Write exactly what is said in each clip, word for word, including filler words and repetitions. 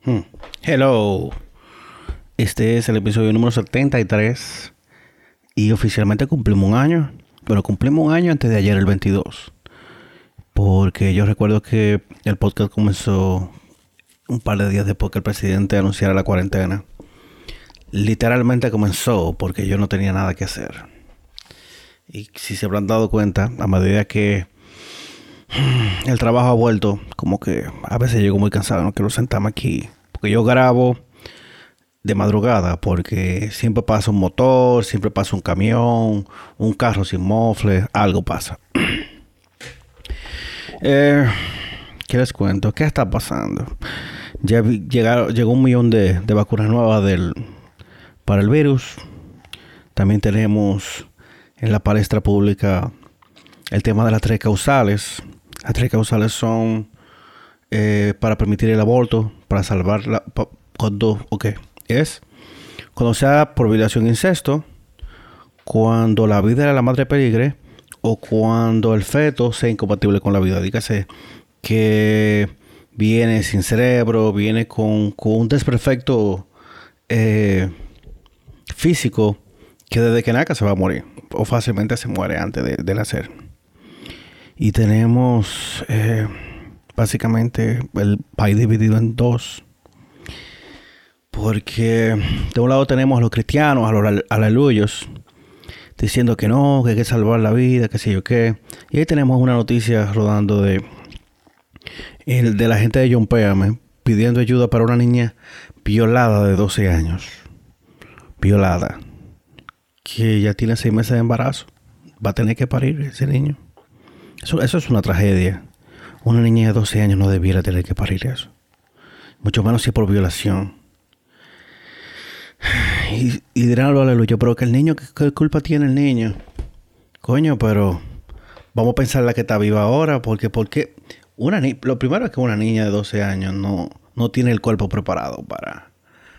Hmm. Hello. Este es el episodio número setenta y tres y oficialmente cumplimos un año. Pero cumplimos un año antes de ayer, el veintidós. Porque yo recuerdo que el podcast comenzó un par de días después que el presidente anunciara la cuarentena. Literalmente comenzó porque yo no tenía nada que hacer. Y si se habrán dado cuenta, a medida que el trabajo ha vuelto, como que a veces llego muy cansado, no quiero sentarme aquí. Porque yo grabo de madrugada porque siempre pasa un motor, siempre pasa un camión, un carro sin mofle, algo pasa. eh, ¿Qué les cuento? ¿Qué está pasando? Ya vi, llegaron, llegó un millón de, de vacunas nuevas del, para el virus. También tenemos en la palestra pública el tema de las tres causales. Las tres causales son eh, para permitir el aborto, para salvar la... Pa, cuando, ok, es cuando sea por violación e incesto, cuando la vida de la madre peligre o cuando el feto sea incompatible con la vida. Dígase que viene sin cerebro, viene con, con un desperfecto eh, físico que desde que naca se va a morir o fácilmente se muere antes de, de nacer. Y tenemos eh, básicamente el país dividido en dos. Porque de un lado tenemos a los cristianos, a los aleluyos, diciendo que no, que hay que salvar la vida, que sé yo qué. Y ahí tenemos una noticia rodando de, el, de la gente de John Péame pidiendo ayuda para una niña violada de doce años. Violada. Que ya tiene seis meses de embarazo. Va a tener que parir ese niño. Eso, eso es una tragedia. Una niña de doce años no debiera tener que parir eso. Mucho menos si es por violación. Y, y dirán lo aleluya, pero que el niño, ¿qué, ¿qué culpa tiene el niño? Coño, pero vamos a pensar la que está viva ahora, porque porque una ni- lo primero es que una niña de doce años no, no tiene el cuerpo preparado para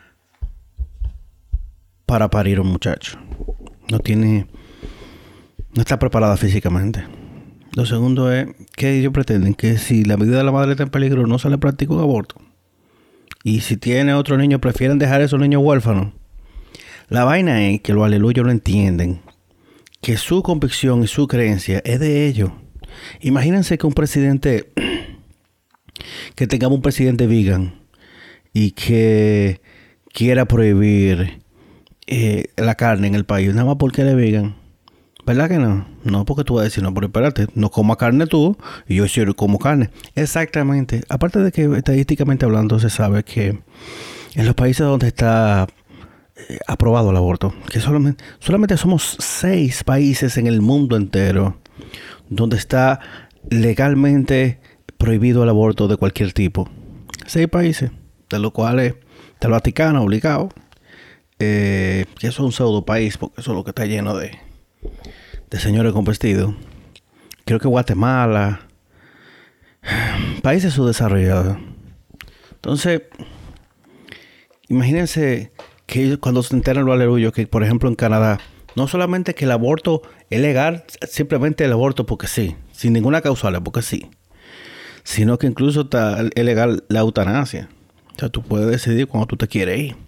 para parir a un muchacho. No tiene, no está preparada físicamente. Lo segundo es que ellos pretenden que si la vida de la madre está en peligro no se le practica un aborto. Y si tiene otro niño, prefieren dejar a esos niños huérfanos. La vaina es que los aleluyos no entienden que su convicción y su creencia es de ellos. Imagínense que un presidente, que tengamos un presidente vegan y que quiera prohibir eh, la carne en el país, nada más porque él es vegan. ¿Verdad que no? No, porque tú vas a decir, no, pero espérate, no comas carne tú y yo sí como carne. Exactamente. Aparte de que estadísticamente hablando se sabe que en los países donde está eh, aprobado el aborto, que solamente, solamente somos seis países en el mundo entero donde está legalmente prohibido el aborto de cualquier tipo. Seis países, de los cuales está el Vaticano obligado, eh, que eso es un pseudo país, porque eso es lo que está lleno de... de señores con vestido. Creo que Guatemala, países subdesarrollados. Entonces, imagínense que cuando se enteran los aleluyos que, por ejemplo, en Canadá, no solamente que el aborto es legal, simplemente el aborto porque sí, sin ninguna causal, porque sí, sino que incluso está, es legal la eutanasia. O sea, tú puedes decidir cuando tú te quieres ir.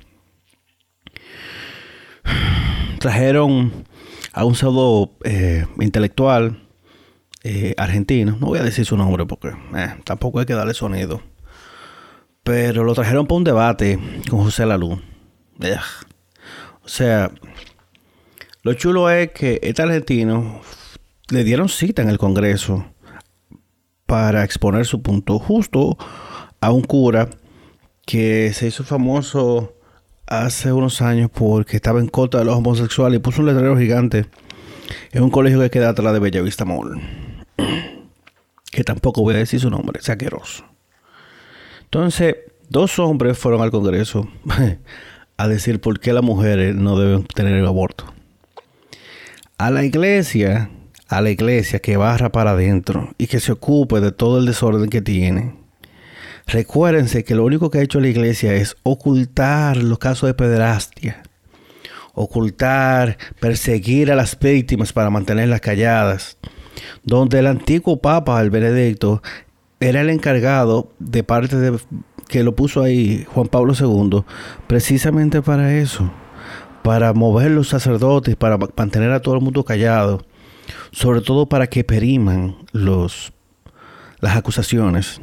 Trajeron a un pseudo eh, intelectual eh, argentino. No voy a decir su nombre porque eh, tampoco hay que darle sonido. Pero lo trajeron para un debate con José Lalú. Ugh. O sea, lo chulo es que este argentino le dieron cita en el Congreso para exponer su punto justo a un cura que se hizo famoso hace unos años porque estaba en contra de los homosexuales y puso un letrero gigante en un colegio que queda atrás de Bellavista Mall, que tampoco voy a decir su nombre, es asqueroso. Entonces, dos hombres fueron al Congreso a decir por qué las mujeres no deben tener el aborto. A la iglesia, a la iglesia que barra para adentro y que se ocupe de todo el desorden que tiene. Recuérdense que lo único que ha hecho la iglesia es ocultar los casos de pederastia, ocultar, perseguir a las víctimas para mantenerlas calladas, donde el antiguo Papa, el Benedicto, era el encargado de parte de que lo puso ahí Juan Pablo segundo, precisamente para eso, para mover los sacerdotes, para mantener a todo el mundo callado, sobre todo para que periman los, las acusaciones.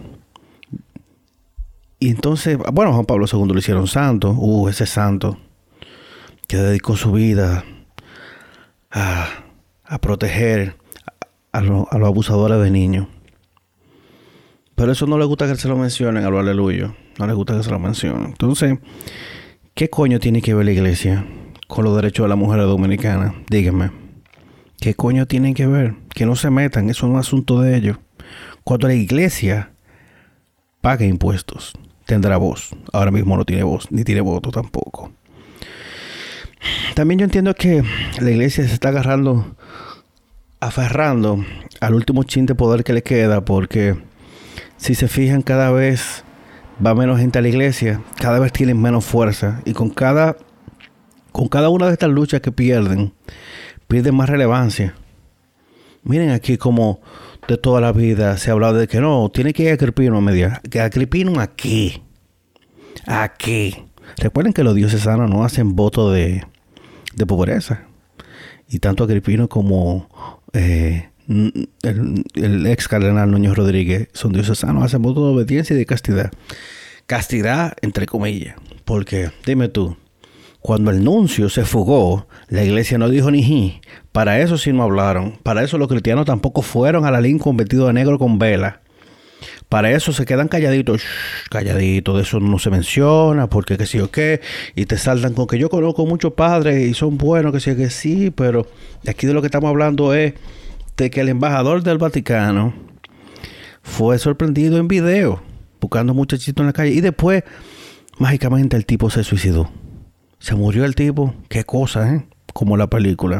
Y entonces, bueno, Juan Pablo segundo lo hicieron santo, uh, ese santo que dedicó su vida a, a proteger a, a, lo, a los abusadores de niños. Pero eso no le gusta que se lo mencionen a los aleluyos. No le gusta que se lo mencionen. Entonces, ¿qué coño tiene que ver la iglesia con los derechos de las mujeres dominicanas? Díganme. ¿Qué coño tienen que ver? Que no se metan. Eso es un asunto de ellos. Cuando la iglesia paga impuestos, tendrá voz. Ahora mismo no tiene voz, ni tiene voto tampoco. También yo entiendo que la iglesia se está agarrando, aferrando al último chin de poder que le queda, porque si se fijan, cada vez va menos gente a la iglesia, cada vez tienen menos fuerza, y con cada, con cada una de estas luchas que pierden, pierden más relevancia. Miren aquí como de toda la vida se ha hablado de que no, tiene que ir a Agripino a media. ¿Que Agripino a qué? ¿A qué? Recuerden que los diocesanos no hacen voto de, de pobreza. Y tanto Agripino como eh, el, el ex cardenal Núñez Rodríguez son diocesanos, hacen voto de obediencia y de castidad. Castidad entre comillas. Porque, dime tú, cuando el nuncio se fugó, la iglesia no dijo ni ji. Para eso sí no hablaron. Para eso los cristianos tampoco fueron a la Lincoln vestidos de negro con vela. Para eso se quedan calladitos. Shh, calladitos. De eso no se menciona. Porque que sí o qué. Y te saltan con que yo conozco muchos padres y son buenos. Que sí o que sí. Pero aquí de lo que estamos hablando es de que el embajador del Vaticano fue sorprendido en video buscando muchachitos en la calle. Y después, mágicamente, el tipo se suicidó. Se murió el tipo. Qué cosa, ¿eh? Como la película.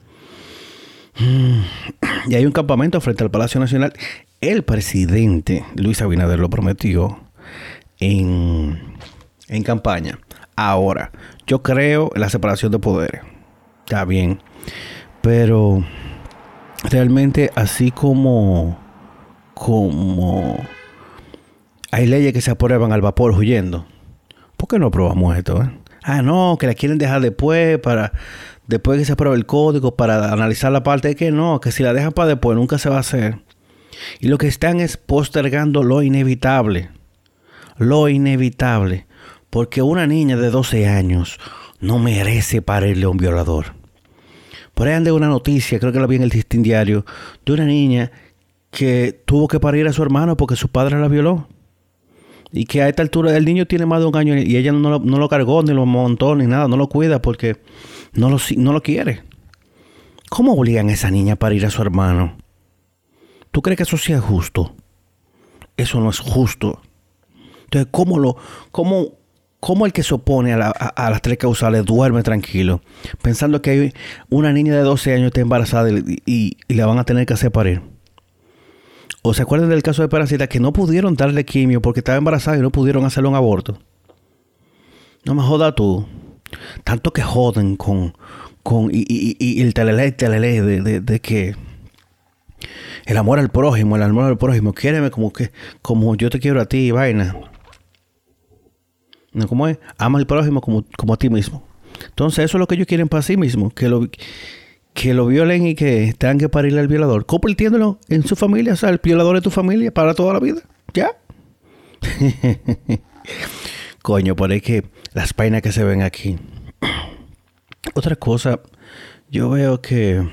Y hay un campamento frente al Palacio Nacional. El presidente Luis Abinader lo prometió en, en campaña. Ahora, yo creo en la separación de poderes. Está bien. Pero realmente, así como, como hay leyes que se aprueban al vapor huyendo, ¿por qué no aprobamos esto? Eh? Ah, no, que la quieren dejar después para... Después que se apruebe el código para analizar la parte de que no, que si la dejan para después nunca se va a hacer. Y lo que están es postergando lo inevitable. Lo inevitable. Porque una niña de doce años no merece parirle a un violador. Por ahí ande una noticia, creo que la vi en el Listín Diario, de una niña que tuvo que parir a su hermano porque su padre la violó. Y que a esta altura el niño tiene más de un año y ella no lo, no lo cargó, ni lo montó, ni nada, no lo cuida porque no lo, no lo quiere. ¿Cómo obligan a esa niña a parir a su hermano? ¿Tú crees que eso sea justo? Eso no es justo. Entonces, ¿cómo, lo, cómo, cómo el que se opone a, la, a, a las tres causales duerme tranquilo? Pensando que hay una niña de doce años está embarazada y, y, y la van a tener que hacer parir. ¿O se acuerdan del caso de Parasita que no pudieron darle quimio porque estaba embarazada y no pudieron hacerle un aborto? No me jodas tú. Tanto que joden con, con y, y, y el telele, telele de, de, de que el amor al prójimo, el amor al prójimo, quiéreme como que, como yo te quiero a ti, vaina. ¿No? ¿Cómo es? Ama al prójimo como, como a ti mismo. Entonces eso es lo que ellos quieren para sí mismos, que lo, que lo violen y que tengan que parirle al violador, convirtiéndolo en su familia, o sea, el violador de tu familia para toda la vida. ¿Ya? Coño, por ahí que las vainas que se ven aquí. Otra cosa, yo veo que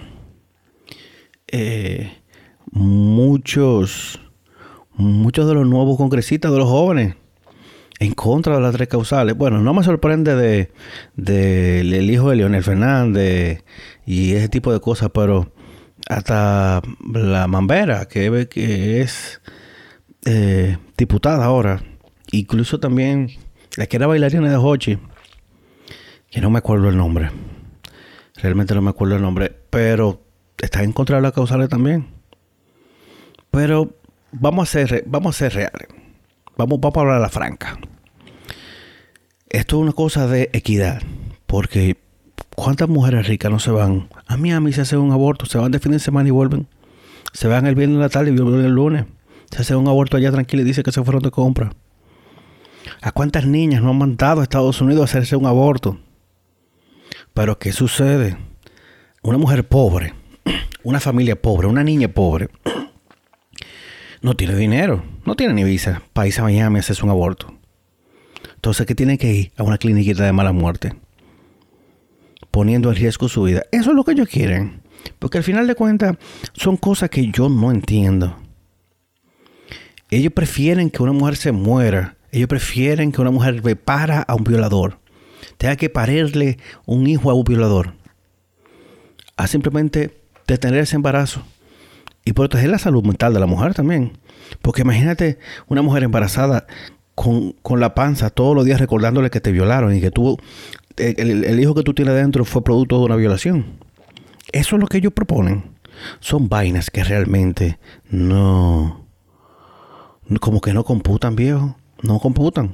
eh, muchos, muchos de los nuevos congresistas, de los jóvenes, en contra de las tres causales. Bueno, no me sorprende de, de, de el hijo de Leonel Fernández y ese tipo de cosas, pero hasta la Mambera, que, que es eh, diputada ahora, incluso también la que era bailarina de Hochi, que no me acuerdo el nombre, realmente no me acuerdo el nombre, pero está en contra de las causales también. Pero vamos a ser, vamos a ser reales. Vamos, vamos a hablar a la franca. Esto es una cosa de equidad. Porque ¿cuántas mujeres ricas no se van? A mí, a mí se hace un aborto. Se van de fin de semana y vuelven. Se van el viernes en la tarde y vuelven el lunes. Se hace un aborto allá tranquilo y dice que se fueron de compra. ¿A cuántas niñas no han mandado a Estados Unidos a hacerse un aborto? Pero ¿qué sucede? Una mujer pobre, una familia pobre, una niña pobre, no tiene dinero, no tiene ni visa para irse a Miami a hacerse un aborto. Entonces, ¿qué tiene que ir? A una cliniquita de mala muerte, poniendo en riesgo su vida. Eso es lo que ellos quieren. Porque al final de cuentas, son cosas que yo no entiendo. Ellos prefieren que una mujer se muera. Ellos prefieren que una mujer prepara a un violador, tenga que parirle un hijo a un violador, a simplemente detener ese embarazo y proteger la salud mental de la mujer también. Porque imagínate una mujer embarazada con, con la panza todos los días recordándole que te violaron y que tú, el, el hijo que tú tienes dentro fue producto de una violación. Eso es lo que ellos proponen. Son vainas que realmente no, como que no computan, viejo. No computan.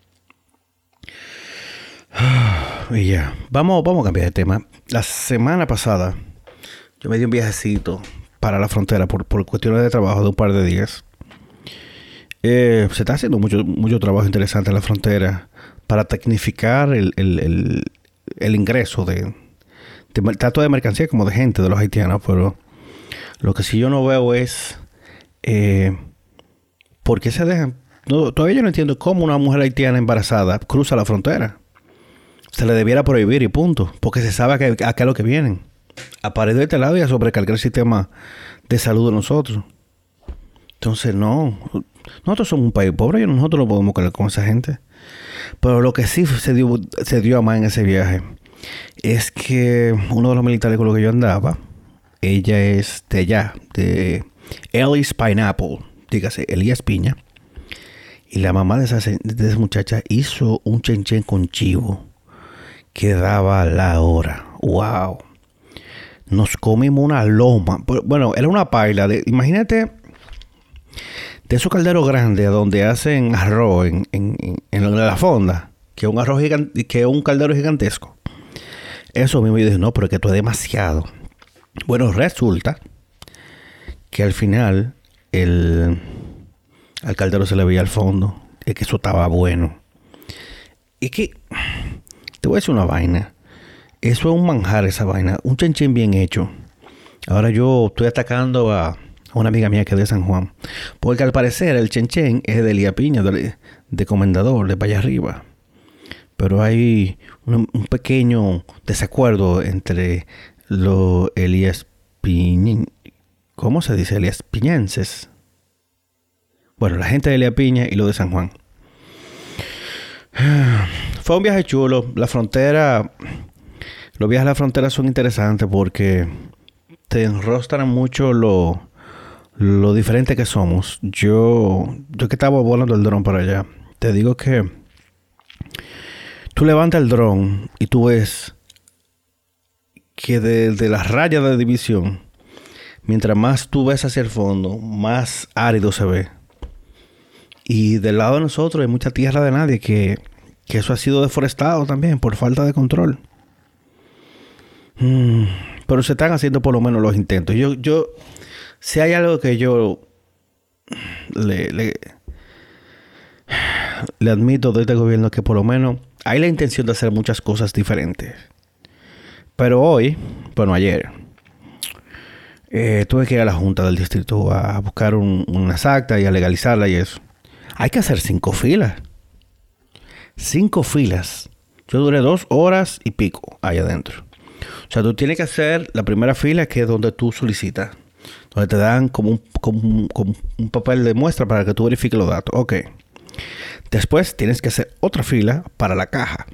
Y ya. Vamos, vamos a cambiar de tema. La semana pasada yo me di un viajecito para la frontera por, por cuestiones de trabajo de un par de días. Eh, se está haciendo mucho, mucho trabajo interesante en la frontera para tecnificar el, el, el, el ingreso de, de tanto de mercancía como de gente de los haitianos. Pero lo que sí yo no veo es eh, por qué se dejan. No, todavía yo no entiendo cómo una mujer haitiana embarazada cruza la frontera. Se le debiera prohibir y punto. Porque se sabe a qué, a qué es lo que vienen. A parir de este lado y a sobrecargar el sistema de salud de nosotros. Entonces, no. Nosotros somos un país pobre y nosotros no podemos cargar con esa gente. Pero lo que sí se dio, se dio a más en ese viaje es que uno de los militares con los que yo andaba, ella es de allá, de Ellis Pineapple. Dígase, Elías Piña. Y la mamá de esa, de esa muchacha hizo un chenchen con chivo que daba la hora. ¡Wow! Nos comimos una loma. Bueno, era una paila. De, imagínate de esos calderos grandes donde hacen arroz en, en, en la fonda. Que es un arroz gigante, que es un caldero gigantesco. Eso mismo yo dije, no, pero es que esto es demasiado. Bueno, resulta que al final el... al caldero se le veía al fondo. Es que eso estaba bueno. Es que te voy a decir una vaina. Eso es un manjar, esa vaina. Un chenchen bien hecho. Ahora yo estoy atacando a, a una amiga mía que es de San Juan. Porque al parecer el chenchen es de Elías Piña, de, de Comendador, de Valle Arriba. Pero hay un, un pequeño desacuerdo entre los Elías Piña. ¿Cómo se dice? Elías Piñenses. Bueno, la gente de Elías Piña y lo de San Juan. Fue un viaje chulo. La frontera... Los viajes a la frontera son interesantes porque te enrostran mucho lo, lo diferente que somos. Yo... Yo que estaba volando el dron para allá. Te digo que... Tú levantas el dron y tú ves... Que desde de las rayas de división... Mientras más tú ves hacia el fondo... Más árido se ve. Y del lado de nosotros hay mucha tierra de nadie que, que eso ha sido deforestado también por falta de control. Mm, pero se están haciendo por lo menos los intentos. Yo, yo, si hay algo que yo le, le, le admito de este gobierno, que por lo menos hay la intención de hacer muchas cosas diferentes. Pero hoy, bueno, ayer, eh, tuve que ir a la Junta del Distrito a buscar un, unas actas y a legalizarla y eso. Hay que hacer cinco filas. Cinco filas. Yo duré dos horas y pico allá adentro. O sea, tú tienes que hacer la primera fila, que es donde tú solicitas. Donde te dan como un, como un, como un papel de muestra para que tú verifiques los datos. Ok. Después tienes que hacer otra fila para la caja.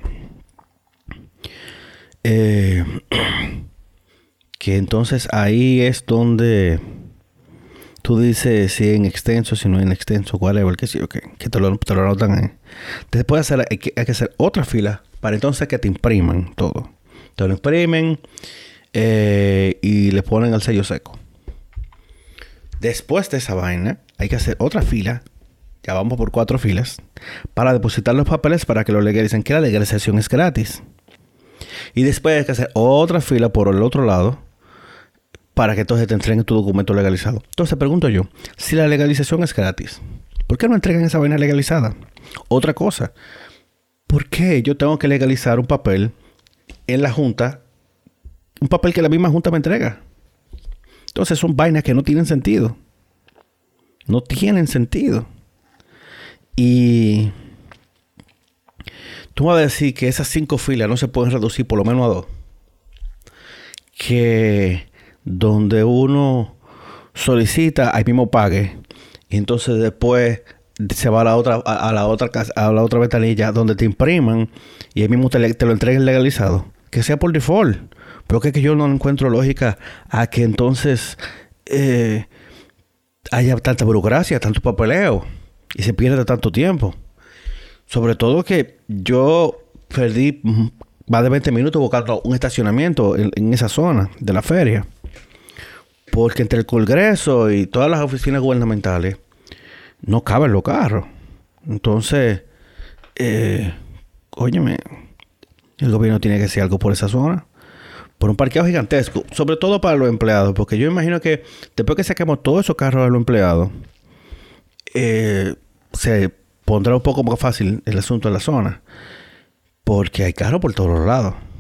Eh, que entonces ahí es donde... Tú dices si en extenso, si no en extenso, whatever, que sí, ok, que te lo, te lo anotan ahí. Después de hacer, hay que, hay que hacer otra fila para entonces que te impriman todo. Te lo imprimen eh, y le ponen el sello seco. Después de esa vaina, hay que hacer otra fila, ya vamos por cuatro filas, para depositar los papeles para que lo legalicen, que la legalización es gratis. Y después hay que hacer otra fila por el otro lado, para que entonces te entreguen tu documento legalizado. Entonces pregunto yo, si la legalización es gratis, ¿Por qué no entregan esa vaina legalizada? Otra cosa, ¿por qué yo tengo que legalizar un papel en la Junta? Un papel que la misma Junta me entrega. Entonces son vainas que no tienen sentido. No tienen sentido. Y tú vas a decir que esas cinco filas no se pueden reducir por lo menos a dos. Que donde uno solicita, ahí mismo pague. Y entonces después se va a la otra, a, a la otra casa, a la otra ventanilla donde te impriman y ahí mismo te, le, te lo entreguen legalizado. Que sea por default. Pero que, es que yo no encuentro lógica a que entonces eh, haya tanta burocracia, tanto papeleo y se pierda tanto tiempo. Sobre todo que yo perdí más de veinte minutos buscando un estacionamiento en, en esa zona de la feria. Porque entre el Congreso y todas las oficinas gubernamentales no caben los carros. Entonces, eh, óyeme, el gobierno tiene que hacer algo por esa zona. Por un parqueo gigantesco. Sobre todo para los empleados. Porque yo imagino que después que saquemos todos esos carros de los empleados, eh, se pondrá un poco más fácil el asunto en la zona. Porque hay carros por todos los lados.